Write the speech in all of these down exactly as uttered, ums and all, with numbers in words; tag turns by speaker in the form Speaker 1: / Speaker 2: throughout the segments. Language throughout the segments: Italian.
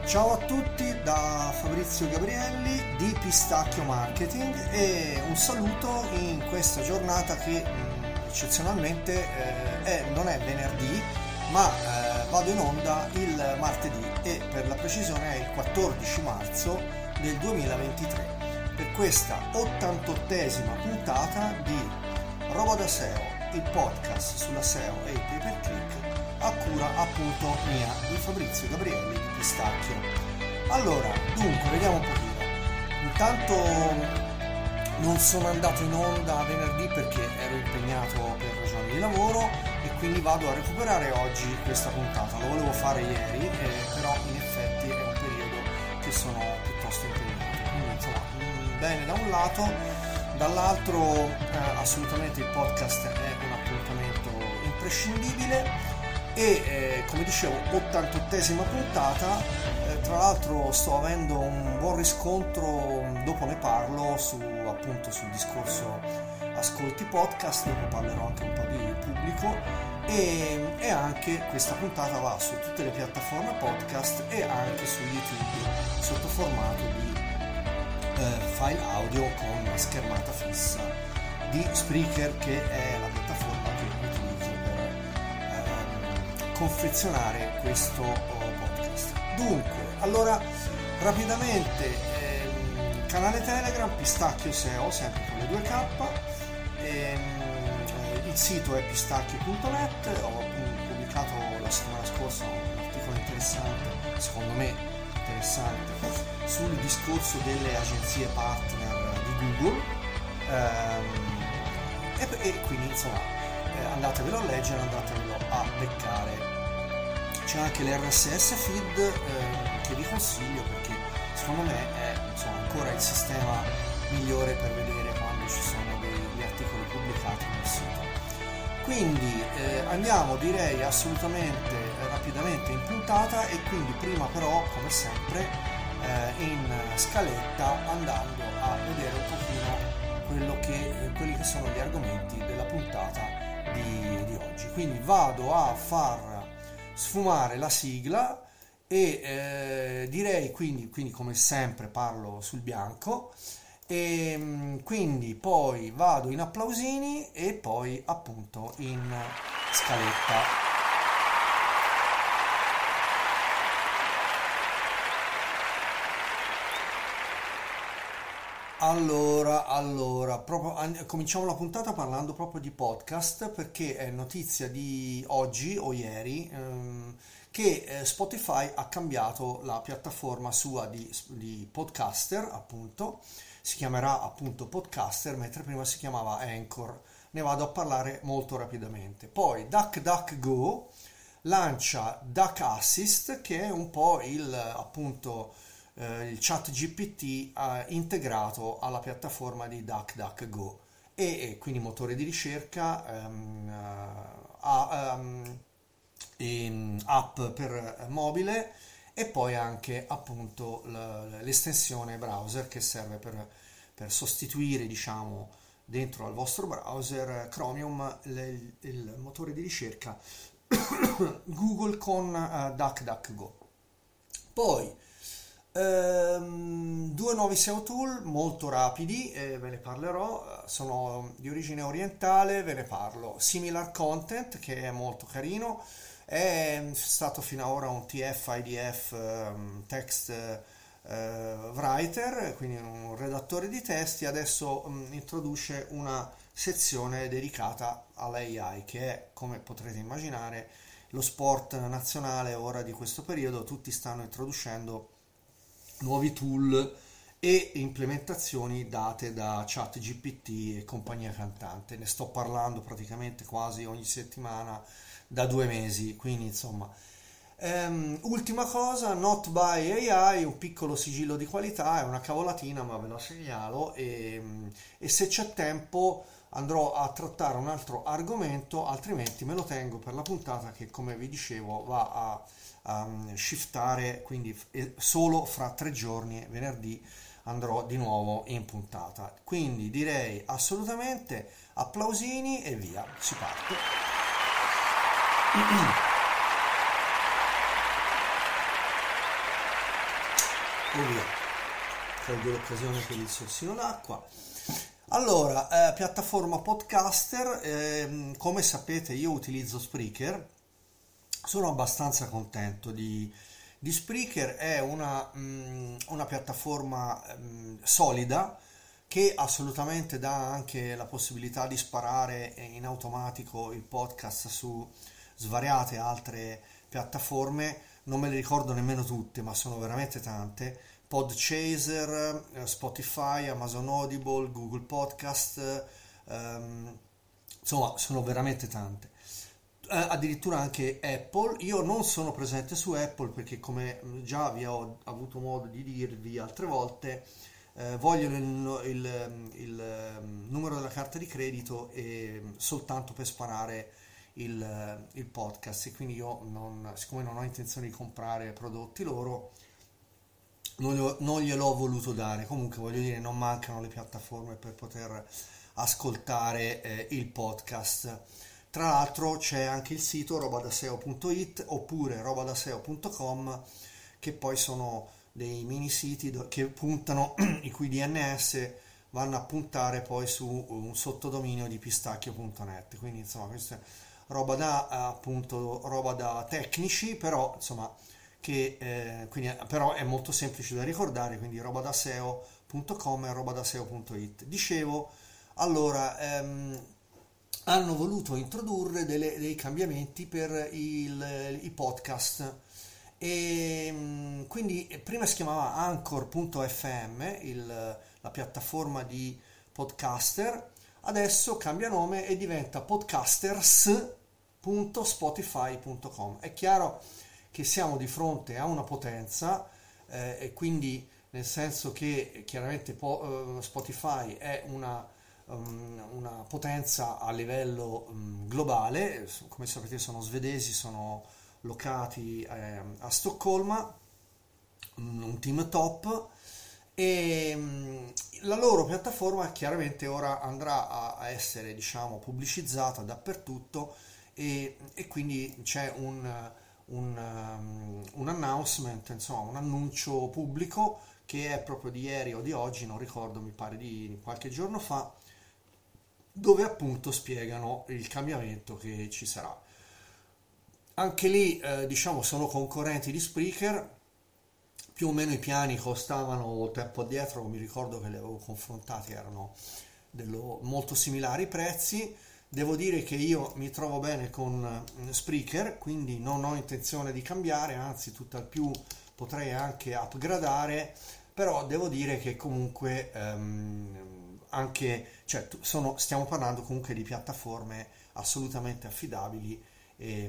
Speaker 1: Ciao a tutti da Fabrizio Gabrielli di Pistacchio Marketing e un saluto in questa giornata che mh, eccezionalmente eh, è, non è venerdì ma eh, vado in onda il martedì e per la precisione è il quattordici marzo del duemilaventitré per questa ottantottesima puntata di Roba da S E O, il podcast sulla S E O e il pay per click a cura appunto mia di Fabrizio Gabrielli di Pistacchio. Allora, dunque, vediamo un pochino. Intanto non sono andato in onda venerdì perché ero impegnato per ragioni di lavoro e quindi vado a recuperare oggi questa puntata. Lo volevo fare ieri, eh, però in effetti è un periodo che sono piuttosto impegnato. Quindi insomma, bene da un lato, dall'altro eh, assolutamente il podcast è un appuntamento imprescindibile. E eh, come dicevo, ottantottesima puntata, eh, tra l'altro sto avendo un buon riscontro, dopo ne parlo su, appunto sul discorso ascolti podcast, dopo parlerò anche un po' di pubblico e, e anche questa puntata va su tutte le piattaforme podcast e anche su YouTube sotto formato di eh, file audio con schermata fissa di Spreaker, che è la piattaforma che utilizzo confezionare questo podcast. Dunque, allora rapidamente ehm, canale Telegram Pistacchio S E O, sempre con le due K, ehm, il sito è pistacchio punto net. Ho pubblicato la settimana scorsa un articolo interessante, secondo me interessante, sul discorso delle agenzie partner di Google ehm, e, e quindi insomma andatevelo a leggere, andatevelo a beccare. C'è anche l'R S S feed eh, che vi consiglio perché secondo me è insomma, ancora il sistema migliore per vedere quando ci sono degli articoli pubblicati nel sito. Quindi eh, andiamo direi assolutamente eh, rapidamente in puntata e quindi prima però come sempre eh, in scaletta andando a vedere un pochino quello che, eh, quelli che sono gli argomenti della puntata Di, di oggi. Quindi vado a far sfumare la sigla e eh, direi quindi, quindi come sempre parlo sul bianco e quindi poi vado in applausini e poi appunto in scaletta. Allora, allora, proprio, cominciamo la puntata parlando proprio di podcast perché è notizia di oggi o ieri ehm, che eh, Spotify ha cambiato la piattaforma sua di, di podcaster, appunto, si chiamerà appunto Podcaster mentre prima si chiamava Anchor. Ne vado a parlare molto rapidamente. Poi DuckDuckGo lancia Duck Assist, che è un po' il appunto Uh, il chat G P T uh, integrato alla piattaforma di DuckDuckGo e, e quindi motore di ricerca, um, uh, a, um, e, app per mobile e poi anche appunto l- l'estensione browser che serve per, per sostituire diciamo dentro al vostro browser Chromium le, il motore di ricerca Google con uh, DuckDuckGo. Poi Um, due nuovi S E O tool molto rapidi, eh, ve ne parlerò, sono di origine orientale, ve ne parlo. Similar Content, che è molto carino, è stato fino ad ora un T F I D F um, text uh, writer, quindi un redattore di testi, adesso um, introduce una sezione dedicata all'A I, che è, come potrete immaginare, lo sport nazionale ora di questo periodo. Tutti stanno introducendo nuovi tool e implementazioni date da ChatGPT e compagnia cantante. Ne sto parlando praticamente quasi ogni settimana da due mesi, quindi insomma um, ultima cosa, Not by A I, un piccolo sigillo di qualità, è una cavolatina ma ve la segnalo e, e se c'è tempo andrò a trattare un altro argomento, altrimenti me lo tengo per la puntata che come vi dicevo va a Um, shiftare, quindi solo fra tre giorni, venerdì, andrò di nuovo in puntata. Quindi direi assolutamente applausini e via, si parte. e via, colgo l'occasione per il sorsino d'acqua. Allora, eh, piattaforma podcaster, ehm, come sapete io utilizzo Spreaker, sono abbastanza contento di, di Spreaker, è una, mh, una piattaforma mh, solida, che assolutamente dà anche la possibilità di sparare in automatico il podcast su svariate altre piattaforme, non me le ricordo nemmeno tutte, ma sono veramente tante. Podchaser, eh, Spotify, Amazon Audible, Google Podcast, ehm, insomma sono veramente tante. Eh, addirittura anche Apple. Io non sono presente su Apple perché, come già vi ho avuto modo di dirvi altre volte, eh, vogliono il, il, il, ehm, numero della carta di credito e soltanto per sparare il, il podcast, e quindi io non, siccome non ho intenzione di comprare prodotti loro, non, glielo- non gliel'ho voluto dare. Comunque voglio dire, non mancano le piattaforme per poter ascoltare eh, il podcast. Tra l'altro c'è anche il sito robadaseo punto it oppure robadaseo punto com, che poi sono dei mini siti do- che puntano, i cui D N S vanno a puntare poi su un sottodominio di pistacchio punto net. Quindi insomma questa è roba da appunto roba da tecnici, però insomma che eh, quindi, però è molto semplice da ricordare, quindi robadaseo punto com e robadaseo punto it. Dicevo, allora ehm, hanno voluto introdurre delle- dei cambiamenti per il- i podcast, e mh, quindi prima si chiamava Anchor punto effe emme, il- la piattaforma di podcaster, adesso cambia nome e diventa podcasters punto spotify punto com. È chiaro che siamo di fronte a una potenza, eh, e quindi nel senso che chiaramente po- eh, Spotify è una, um, una potenza a livello um, globale. Come sapete sono svedesi, sono locati eh, a Stoccolma, un un team top, e mh, la loro piattaforma chiaramente ora andrà a, a essere, diciamo, pubblicizzata dappertutto, e, e quindi c'è un, un, um, un announcement, insomma un annuncio pubblico che è proprio di ieri o di oggi, non ricordo, mi pare di qualche giorno fa, dove appunto spiegano il cambiamento che ci sarà. Anche lì, eh, diciamo, sono concorrenti di Spreaker. Più o meno i piani costavano tempo addietro, mi ricordo che li avevo confrontati, erano dello- molto similari i prezzi. Devo dire che io mi trovo bene con eh, Spreaker, quindi non ho intenzione di cambiare, anzi tutt'al più potrei anche upgradare, però devo dire che comunque ehm, anche, cioè, tu- sono- stiamo parlando comunque di piattaforme assolutamente affidabili e,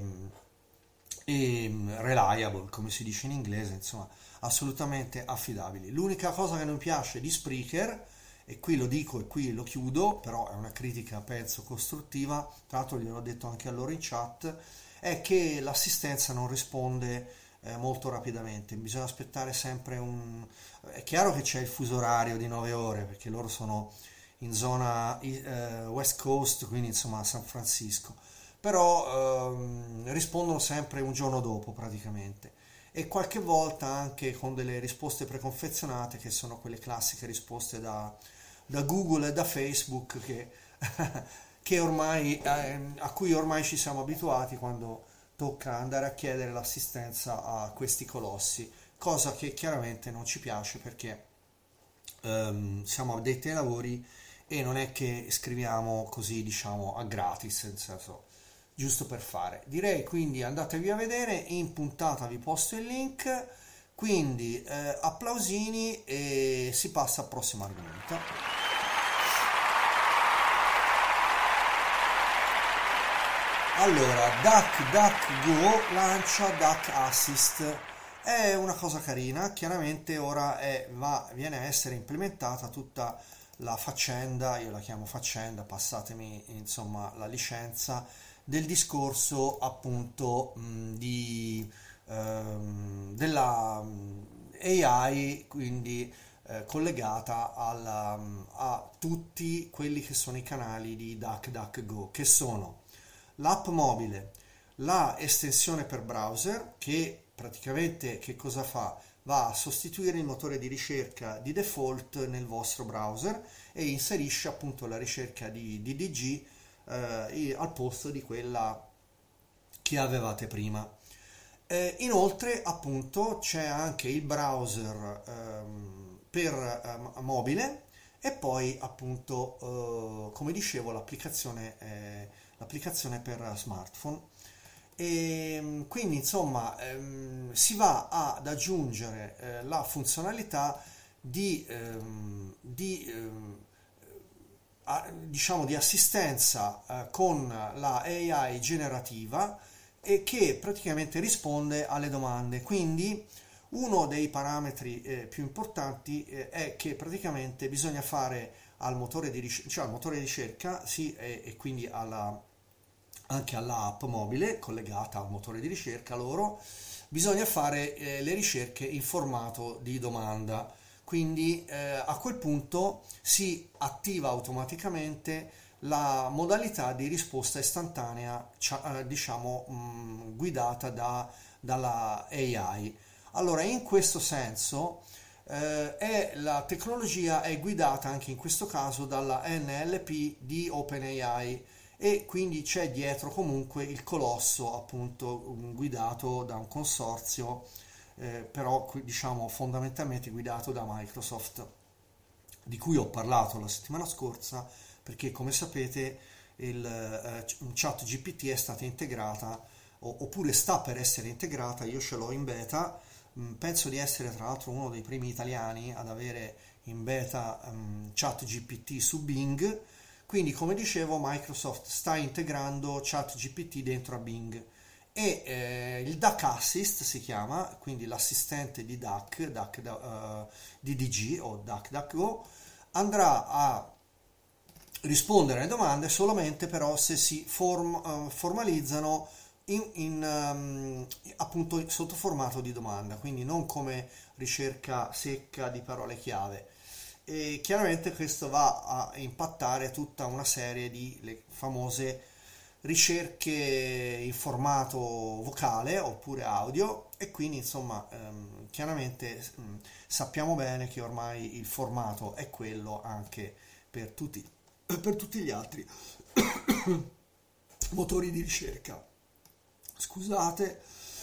Speaker 1: e reliable, come si dice in inglese, insomma, assolutamente affidabili. L'unica cosa che non piace di Spreaker, e qui lo dico e qui lo chiudo, però è una critica penso costruttiva, tra l'altro gliel'ho detto anche a loro in chat, è che l'assistenza non risponde eh, molto rapidamente. Bisogna aspettare sempre un... È chiaro che c'è il fuso orario di nove ore, perché loro sono in zona eh, West Coast, quindi insomma a San Francisco, però ehm, rispondono sempre un giorno dopo praticamente, e qualche volta anche con delle risposte preconfezionate, che sono quelle classiche risposte da, da Google e da Facebook, che, che ormai, eh, a cui ormai ci siamo abituati quando tocca andare a chiedere l'assistenza a questi colossi, cosa che chiaramente non ci piace, perché ehm, siamo addetti ai lavori e non è che scriviamo così, diciamo, a gratis, nel senso, giusto per fare. Direi quindi andatevi a vedere, in puntata vi posto il link, quindi eh, applausini e si passa al prossimo argomento. Allora, DuckDuckGo lancia Duck Assist. È una cosa carina, chiaramente ora è, va, viene a essere implementata tutta la faccenda, io la chiamo faccenda, passatemi insomma la licenza, del discorso appunto mh, di, ehm, della mh, A I, quindi eh, collegata alla, mh, a tutti quelli che sono i canali di DuckDuckGo, che sono l'app mobile, la estensione per browser, che praticamente che cosa fa? va a sostituire il motore di ricerca di default nel vostro browser e inserisce appunto la ricerca di D D G eh, al posto di quella che avevate prima. Eh, inoltre appunto c'è anche il browser ehm, per eh, mobile e poi appunto eh, come dicevo l'applicazione eh, l'applicazione per smartphone. E quindi insomma ehm, si va ad aggiungere eh, la funzionalità di, ehm, di ehm, a- diciamo di assistenza eh, con la A I generativa e che praticamente risponde alle domande. Quindi uno dei parametri eh, più importanti eh, è che praticamente bisogna fare al motore di, ric- cioè al motore di ricerca sì, e, e quindi alla, anche all'app mobile collegata al motore di ricerca loro, bisogna fare eh, le ricerche in formato di domanda. Quindi eh, a quel punto si attiva automaticamente la modalità di risposta istantanea, cia- eh, diciamo, mh, guidata da- dalla A I. Allora, in questo senso, eh, è- la tecnologia è guidata anche in questo caso dalla N L P di OpenAI e quindi c'è dietro comunque il colosso, appunto, mm, guidato da un consorzio, eh, però qui, diciamo fondamentalmente guidato da Microsoft, di cui ho parlato la settimana scorsa, perché come sapete il eh, chat G P T è stata integrata o- oppure sta per essere integrata, io ce l'ho in beta, mh, penso di essere tra l'altro uno dei primi italiani ad avere in beta um, chat G P T su Bing, quindi come dicevo Microsoft sta integrando chat G P T dentro a Bing e eh, il Duck Assist si chiama, quindi l'assistente di Duck, Duck uh, D D G o DuckDuckGo, andrà a rispondere alle domande solamente però se si form- eh, formalizzano in, in, ehm, appunto sotto formato di domanda, quindi non come ricerca secca di parole chiave. E chiaramente questo va a impattare tutta una serie di le famose ricerche in formato vocale oppure audio e quindi insomma ehm, chiaramente mh, sappiamo bene che ormai il formato è quello anche per tutti, per tutti gli altri motori di ricerca. Scusate.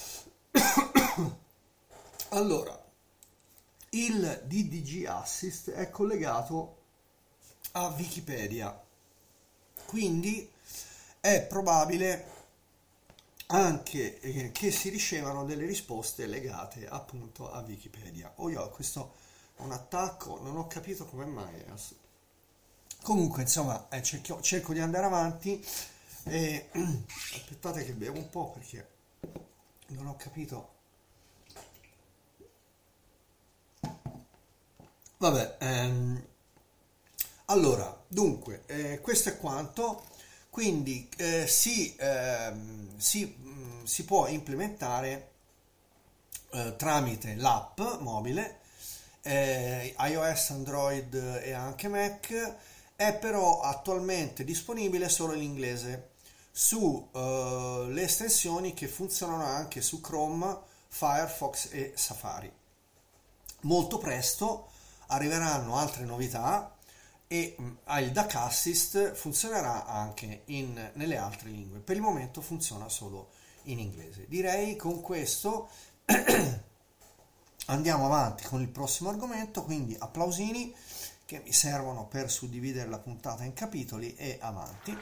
Speaker 1: Allora, il D D G Assist è collegato a Wikipedia, quindi è probabile anche eh, che si ricevano delle risposte legate appunto a Wikipedia. Oh, io questo è un attacco, non ho capito come mai. ass- Comunque, insomma, eh, cerchio- cerco di andare avanti e aspettate che bevo un po' perché non ho capito. Vabbè, ehm, allora, dunque, eh, questo è quanto. Quindi eh, si, ehm, si, mh, si può implementare eh, tramite l'app mobile, eh, iOS, Android e anche Mac, è però attualmente disponibile solo in inglese su eh, le estensioni che funzionano anche su Chrome, Firefox e Safari. Molto presto arriveranno altre novità e mh, il Duck Assist funzionerà anche in- nelle altre lingue. Per il momento funziona solo in inglese. Direi con questo andiamo avanti con il prossimo argomento, quindi applausini che mi servono per suddividere la puntata in capitoli e avanti.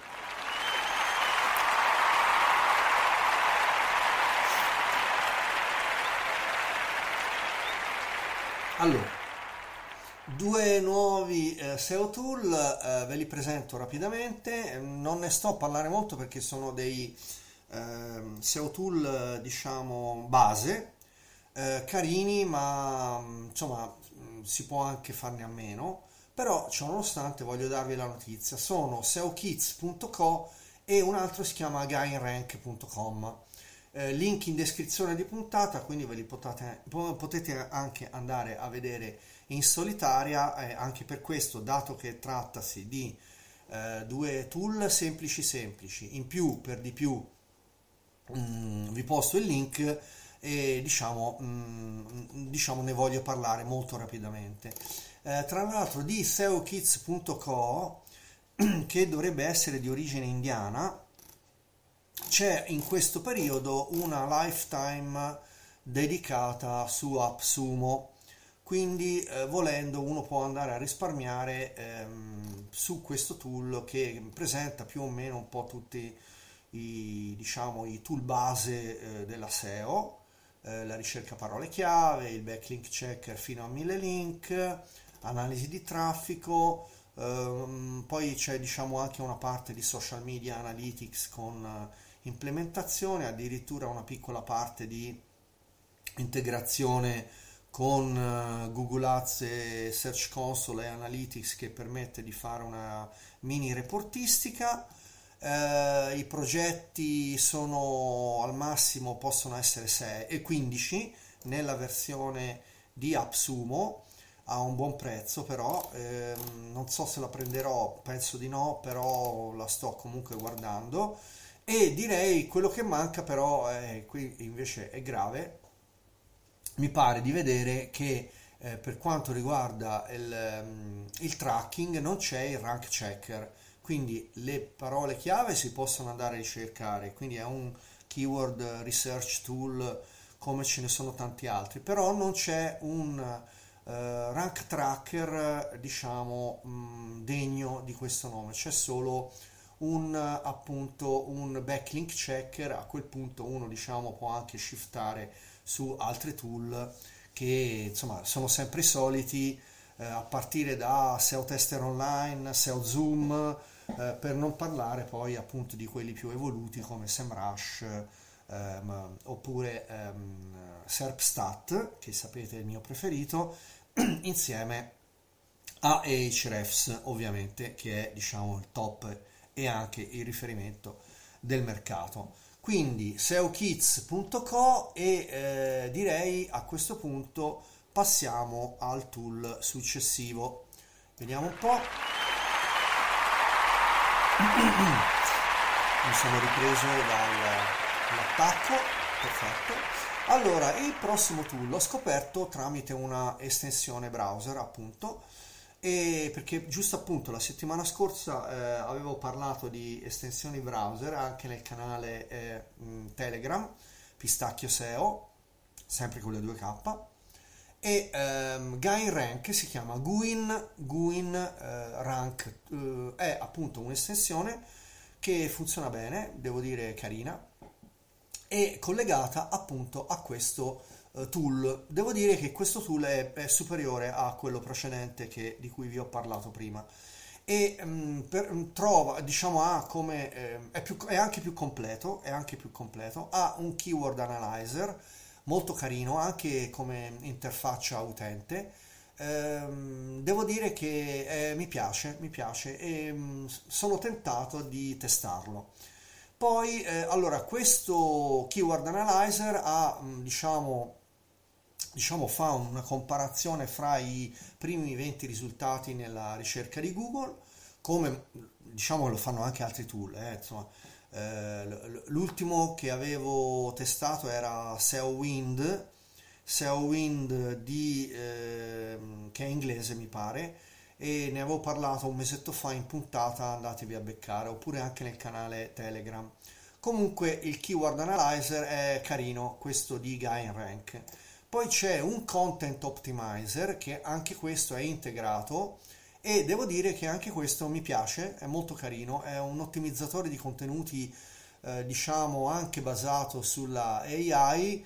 Speaker 1: Allora, due nuovi eh, S E O tool, eh, ve li presento rapidamente, non ne sto a parlare molto perché sono dei ehm, S E O tool, eh, diciamo, base, eh, carini, ma mh, insomma mh, si può anche farne a meno, però ciò nonostante voglio darvi la notizia, sono S E O kits punto co e un altro si chiama gainrank punto com. Eh, link in descrizione di puntata, quindi ve li potete, po- potete anche andare a vedere in solitaria, eh, anche per questo, dato che trattasi di eh, due tool semplici semplici, in più per di più mm, vi posto il link, e diciamo, mh, diciamo ne voglio parlare molto rapidamente. Eh, tra l'altro di S E O Kits punto co, che dovrebbe essere di origine indiana, c'è in questo periodo una lifetime dedicata su AppSumo, quindi eh, volendo uno può andare a risparmiare ehm, su questo tool che presenta più o meno un po' tutti i, diciamo, i tool base eh, della S E O, eh, la ricerca parole chiave, il backlink checker fino a mille link, analisi di traffico, ehm, poi c'è diciamo anche una parte di social media analytics con eh, implementazione, addirittura una piccola parte di integrazione con eh, Google Ads e Search Console e Analytics che permette di fare una mini reportistica. Eh, i progetti sono al massimo possono essere sei e quindici nella versione di AppSumo a un buon prezzo, però ehm, non so se la prenderò, penso di no, però la sto comunque guardando. E direi quello che manca però è, qui invece è grave, mi pare di vedere che eh, per quanto riguarda il, um, il tracking non c'è il rank checker, quindi le parole chiave si possono andare a ricercare, quindi è un keyword research tool come ce ne sono tanti altri, però non c'è un uh, rank tracker diciamo mh, degno di questo nome, c'è solo un appunto un backlink checker. A quel punto uno diciamo può anche shiftare su altri tool che insomma sono sempre i soliti, eh, a partire da S E O Tester Online, S E O Zoom, eh, per non parlare poi appunto di quelli più evoluti come SEMrush, ehm, oppure ehm, SERPstat, che sapete è il mio preferito, insieme a Ahrefs ovviamente, che è diciamo il top e anche il riferimento del mercato. Quindi S E O Kits punto co e eh, direi a questo punto passiamo al tool successivo. Vediamo un po'. Mi sono ripreso dal, dall'attacco, perfetto. Allora, il prossimo tool l'ho scoperto tramite una estensione browser, appunto, e perché giusto appunto la settimana scorsa eh, avevo parlato di estensioni browser anche nel canale eh, mh, Telegram Pistacchio S E O, sempre con le due K, e ehm, GainRank si chiama Guin Guin eh, Rank, eh, è appunto un'estensione che funziona bene, devo dire carina, e collegata appunto a questo uh, tool. Devo dire che questo tool è, è superiore a quello precedente che, di cui vi ho parlato prima, e um, per, um, trova, diciamo, ha come eh, è, più, è anche più completo, è anche più completo, ha un keyword analyzer molto carino anche come interfaccia utente. Ehm, devo dire che eh, mi piace, mi piace e um, sono tentato di testarlo. Poi, eh, allora, questo Keyword Analyzer ha, mh, diciamo, diciamo, fa una comparazione fra i primi venti risultati nella ricerca di Google, come diciamo lo fanno anche altri tool. eh, insomma, eh, l- l'ultimo che avevo testato era S E O Wind, S E O Wind di, ehm, che è inglese mi pare, e ne avevo parlato un mesetto fa in puntata, andatevi a beccare, oppure anche nel canale Telegram. Comunque il Keyword Analyzer è carino, questo di GainRank. Poi c'è un Content Optimizer che anche questo è integrato e devo dire che anche questo mi piace, è molto carino, è un ottimizzatore di contenuti eh, diciamo anche basato sulla A I,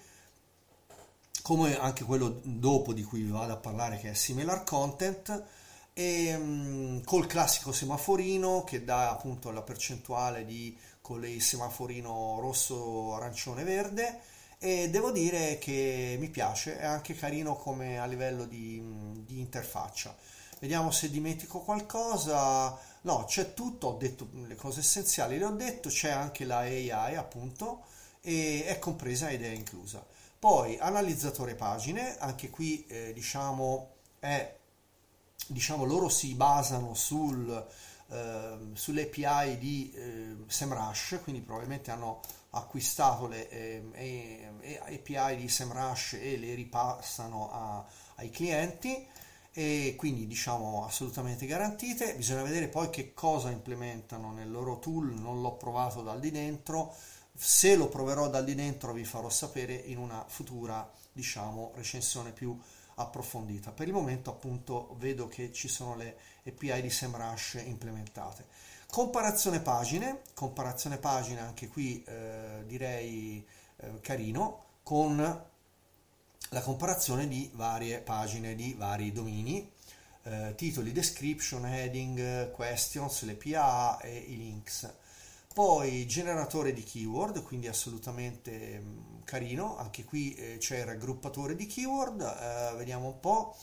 Speaker 1: come anche quello dopo di cui vi vado a parlare che è Similar Content, e mh, col classico semaforino che dà appunto la percentuale di con il semaforino rosso, arancione, verde, e devo dire che mi piace, è anche carino come a livello di, di interfaccia. Vediamo se dimentico qualcosa. No, c'è tutto, ho detto le cose essenziali, le ho detto, c'è anche la A I appunto e è compresa ed è inclusa. Poi analizzatore pagine, anche qui eh, diciamo è diciamo loro si basano sul, eh, sulle A P I di eh, SEMrush, quindi probabilmente hanno acquistato le eh, eh, eh, A P I di SEMrush e le ripassano a- ai clienti, e quindi diciamo assolutamente garantite. Bisogna vedere poi che cosa implementano nel loro tool, non l'ho provato dal di dentro, se lo proverò dal di dentro vi farò sapere in una futura diciamo recensione più approfondita. Per il momento appunto vedo che ci sono le A P I di SEMrush implementate. Comparazione pagine, comparazione pagine anche qui eh, direi eh, carino, con la comparazione di varie pagine, di vari domini, eh, titoli, description, heading, questions, le P A e i links. Poi generatore di keyword, quindi assolutamente mh, carino, anche qui eh, c'è il raggruppatore di keyword, eh, vediamo un po',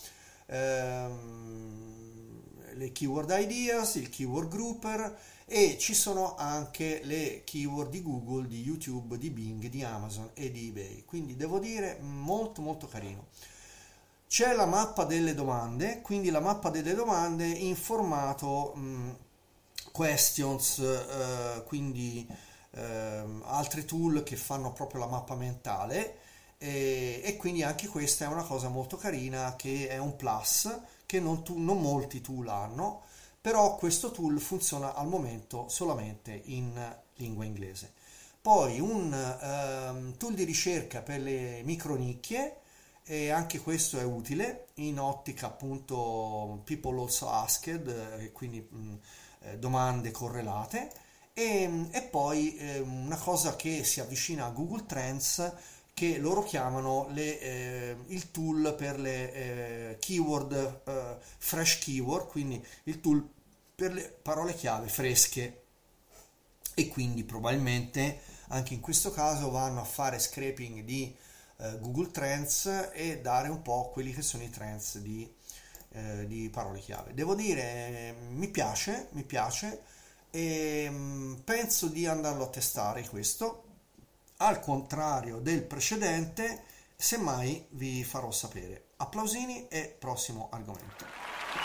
Speaker 1: ehm, le keyword ideas, il keyword grouper, e ci sono anche le keyword di Google, di YouTube, di Bing, di Amazon e di eBay, quindi devo dire molto molto carino. C'è la mappa delle domande, quindi la mappa delle domande in formato mh, questions, eh, quindi ehm, altri tool che fanno proprio la mappa mentale, e, e quindi anche questa è una cosa molto carina, che è un plus che non, tu- non molti tool hanno, però questo tool funziona al momento solamente in lingua inglese. Poi un ehm, tool di ricerca per le micronicchie, e anche questo è utile in ottica appunto people also asked, eh, quindi mh, eh, domande correlate, e, e poi eh, una cosa che si avvicina a Google Trends, che loro chiamano le, eh, il tool per le eh, keyword, eh, fresh keyword, quindi il tool per le parole chiave fresche, e quindi probabilmente anche in questo caso vanno a fare scraping di eh, Google Trends e dare un po' quelli che sono i trends di, eh, di parole chiave. Devo dire, eh, mi piace, mi piace, e mh, penso di andarlo a testare questo, al contrario del precedente, semmai vi farò sapere. Applausini e prossimo argomento.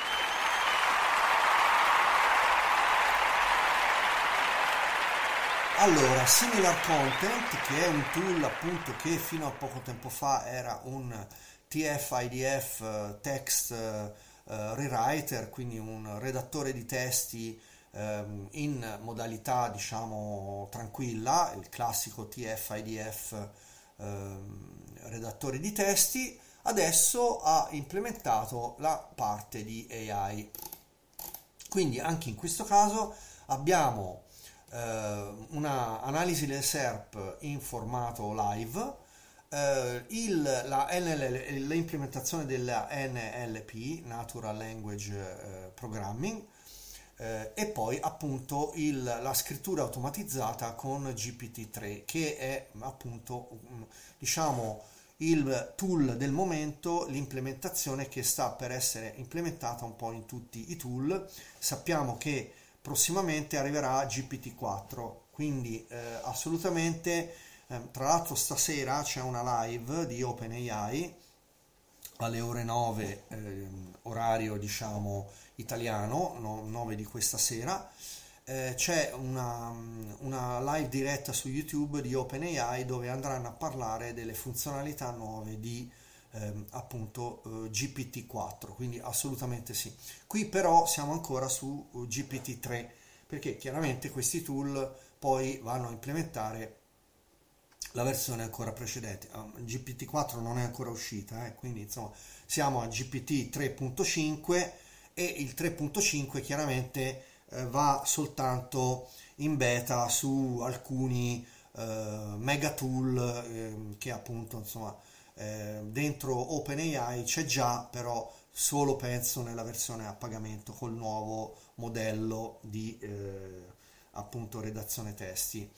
Speaker 1: Allora, Similar Content, che è un tool appunto che fino a poco tempo fa era un T F I D F eh, text eh, eh, rewriter, quindi un redattore di testi ehm, in modalità diciamo tranquilla, il classico T F I D F ehm, redattore di testi, adesso ha implementato la parte di A I. Quindi anche in questo caso abbiamo eh, una analisi del S E R P in formato live, eh, il, la N L L, l'implementazione della N L P, Natural Language eh, Programming, eh, e poi appunto il, la scrittura automatizzata con G P T tre, che è appunto um, diciamo il tool del momento, l'implementazione che sta per essere implementata un po' in tutti i tool. Sappiamo che prossimamente arriverà G P T quattro, quindi eh, assolutamente, eh, tra l'altro stasera c'è una live di OpenAI alle ore nove, eh, orario diciamo italiano, no, nove di questa sera. Eh, c'è una, una live diretta su YouTube di OpenAI dove andranno a parlare delle funzionalità nuove di ehm, appunto eh, G P T quattro, quindi assolutamente sì. Qui però siamo ancora su G P T tre, perché chiaramente questi tool poi vanno a implementare la versione ancora precedente. G P T quattro non è ancora uscita, eh, quindi insomma siamo a G P T tre punto cinque, e il tre punto cinque chiaramente eh, va soltanto in beta su alcuni eh, mega tool eh, che appunto insomma eh, dentro OpenAI c'è già, però solo penso nella versione a pagamento col nuovo modello di eh, appunto redazione testi.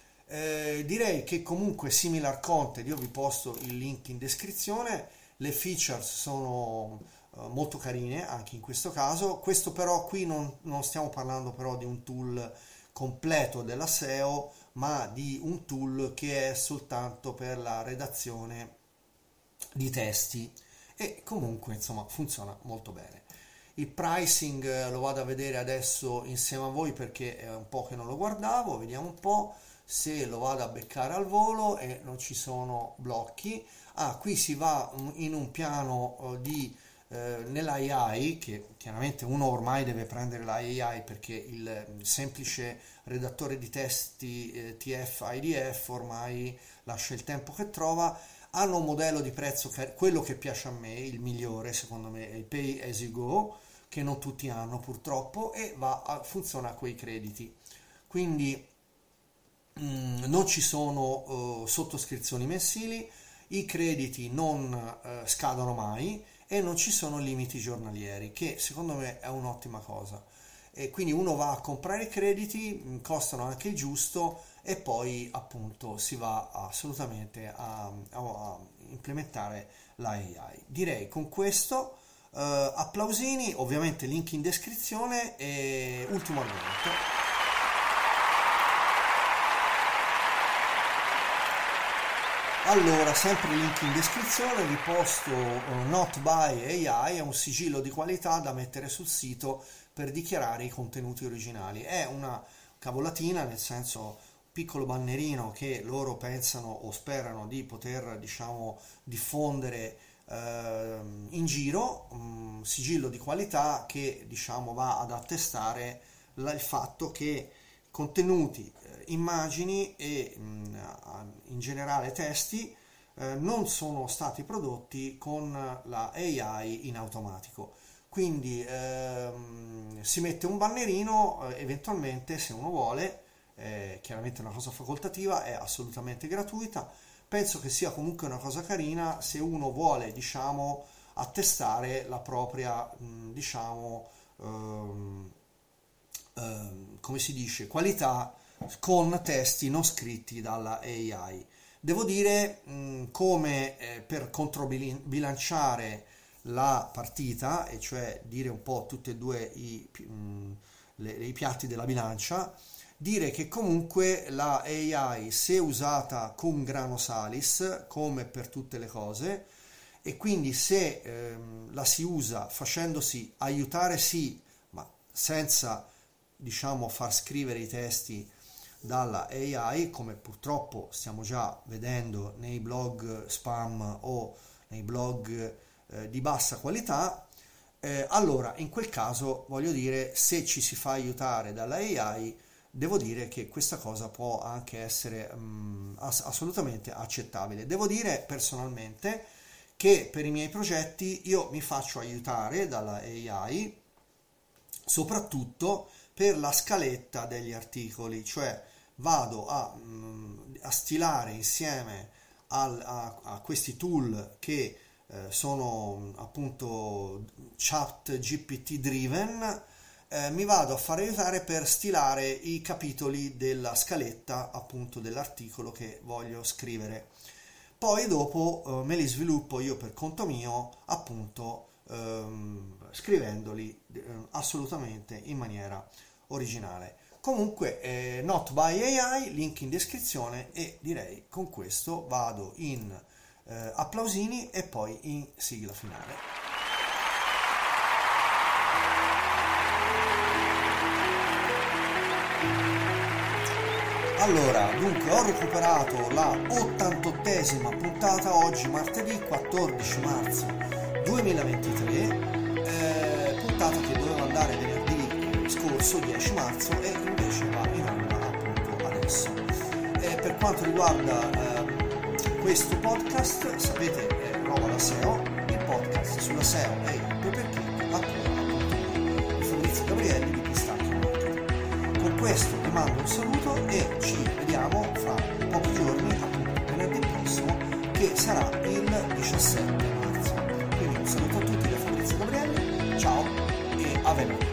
Speaker 1: Eh, direi che comunque Similar Content, io vi posto il link in descrizione, le features sono eh, molto carine anche in questo caso. Questo però qui non, non stiamo parlando però di un tool completo della S E O, ma di un tool che è soltanto per la redazione di testi, e comunque insomma funziona molto bene. Il pricing eh, lo vado a vedere adesso insieme a voi perché è un po' che non lo guardavo, vediamo un po' se lo vado a beccare al volo e non ci sono blocchi. Ah, qui si va in un piano eh, di eh, nell'A I, che chiaramente uno ormai deve prendere l'A I perché il, il semplice redattore di testi eh, T F I D F ormai lascia il tempo che trova. Hanno un modello di prezzo che è quello che piace a me, il migliore secondo me è il Pay as you go, che non tutti hanno purtroppo, e va a, funziona a quei crediti. Quindi mh, non ci sono uh, sottoscrizioni mensili, i crediti non uh, scadono mai e non ci sono limiti giornalieri, che secondo me è un'ottima cosa. E quindi uno va a comprare i crediti, mh, costano anche il giusto, e poi appunto si va assolutamente a, a, a implementare l'A I. Direi con questo uh, applausini, ovviamente link in descrizione, e ultimo argomento. Allora, sempre link in descrizione, vi posto uh, Not by A I, è un sigillo di qualità da mettere sul sito per dichiarare i contenuti originali. È una cavolatina, nel senso, piccolo bannerino che loro pensano o sperano di poter, diciamo, diffondere eh, in giro, un sigillo di qualità che, diciamo, va ad attestare la, il fatto che contenuti, eh, immagini e mh, in generale testi eh, non sono stati prodotti con la A I in automatico. Quindi ehm, si mette un bannerino, eh, eventualmente se uno vuole. È chiaramente una cosa facoltativa, è assolutamente gratuita. Penso che sia comunque una cosa carina se uno vuole, diciamo, attestare la propria, diciamo, ehm, ehm, come si dice, qualità con testi non scritti dalla A I. Devo dire, mh, come eh, per controbilanciare la partita, e cioè dire un po' tutti e due i, mh, le, i piatti della bilancia, dire che comunque la A I, se usata cum grano salis, come per tutte le cose, e quindi se ehm, la si usa facendosi aiutare sì, ma senza, diciamo, far scrivere i testi dalla A I, come purtroppo stiamo già vedendo nei blog spam o nei blog eh, di bassa qualità, eh, allora in quel caso, voglio dire, se ci si fa aiutare dalla A I, devo dire che questa cosa può anche essere um, ass- assolutamente accettabile. Devo dire personalmente che per i miei progetti io mi faccio aiutare dalla A I soprattutto per la scaletta degli articoli, cioè vado a, um, a stilare insieme al, a, a questi tool che eh, sono appunto chat G P T driven. Eh, mi vado a far aiutare per stilare i capitoli della scaletta appunto dell'articolo che voglio scrivere. Poi dopo eh, me li sviluppo io per conto mio, appunto ehm, scrivendoli eh, assolutamente in maniera originale. Comunque eh, Not by A I, link in descrizione, e direi con questo vado in eh, applausini e poi in sigla finale. Allora, dunque, ho recuperato la ottantottesima puntata oggi, martedì quattordici marzo duemilaventitré, eh, puntata che doveva andare venerdì scorso, dieci marzo, e invece va in onda appunto adesso. Eh, per quanto riguarda eh, questo podcast, sapete, è roba da S E O, il podcast sulla S E O e il pay-per-click, appunto di Fabrizio Gabrielli di Pistacchio Marketing. Con questo vi mando un saluto e ci vediamo fra pochi giorni, appunto venerdì prossimo, che sarà il diciassette marzo. Quindi un saluto a tutti da Fabrizio Gabrielli, ciao e a venerdì.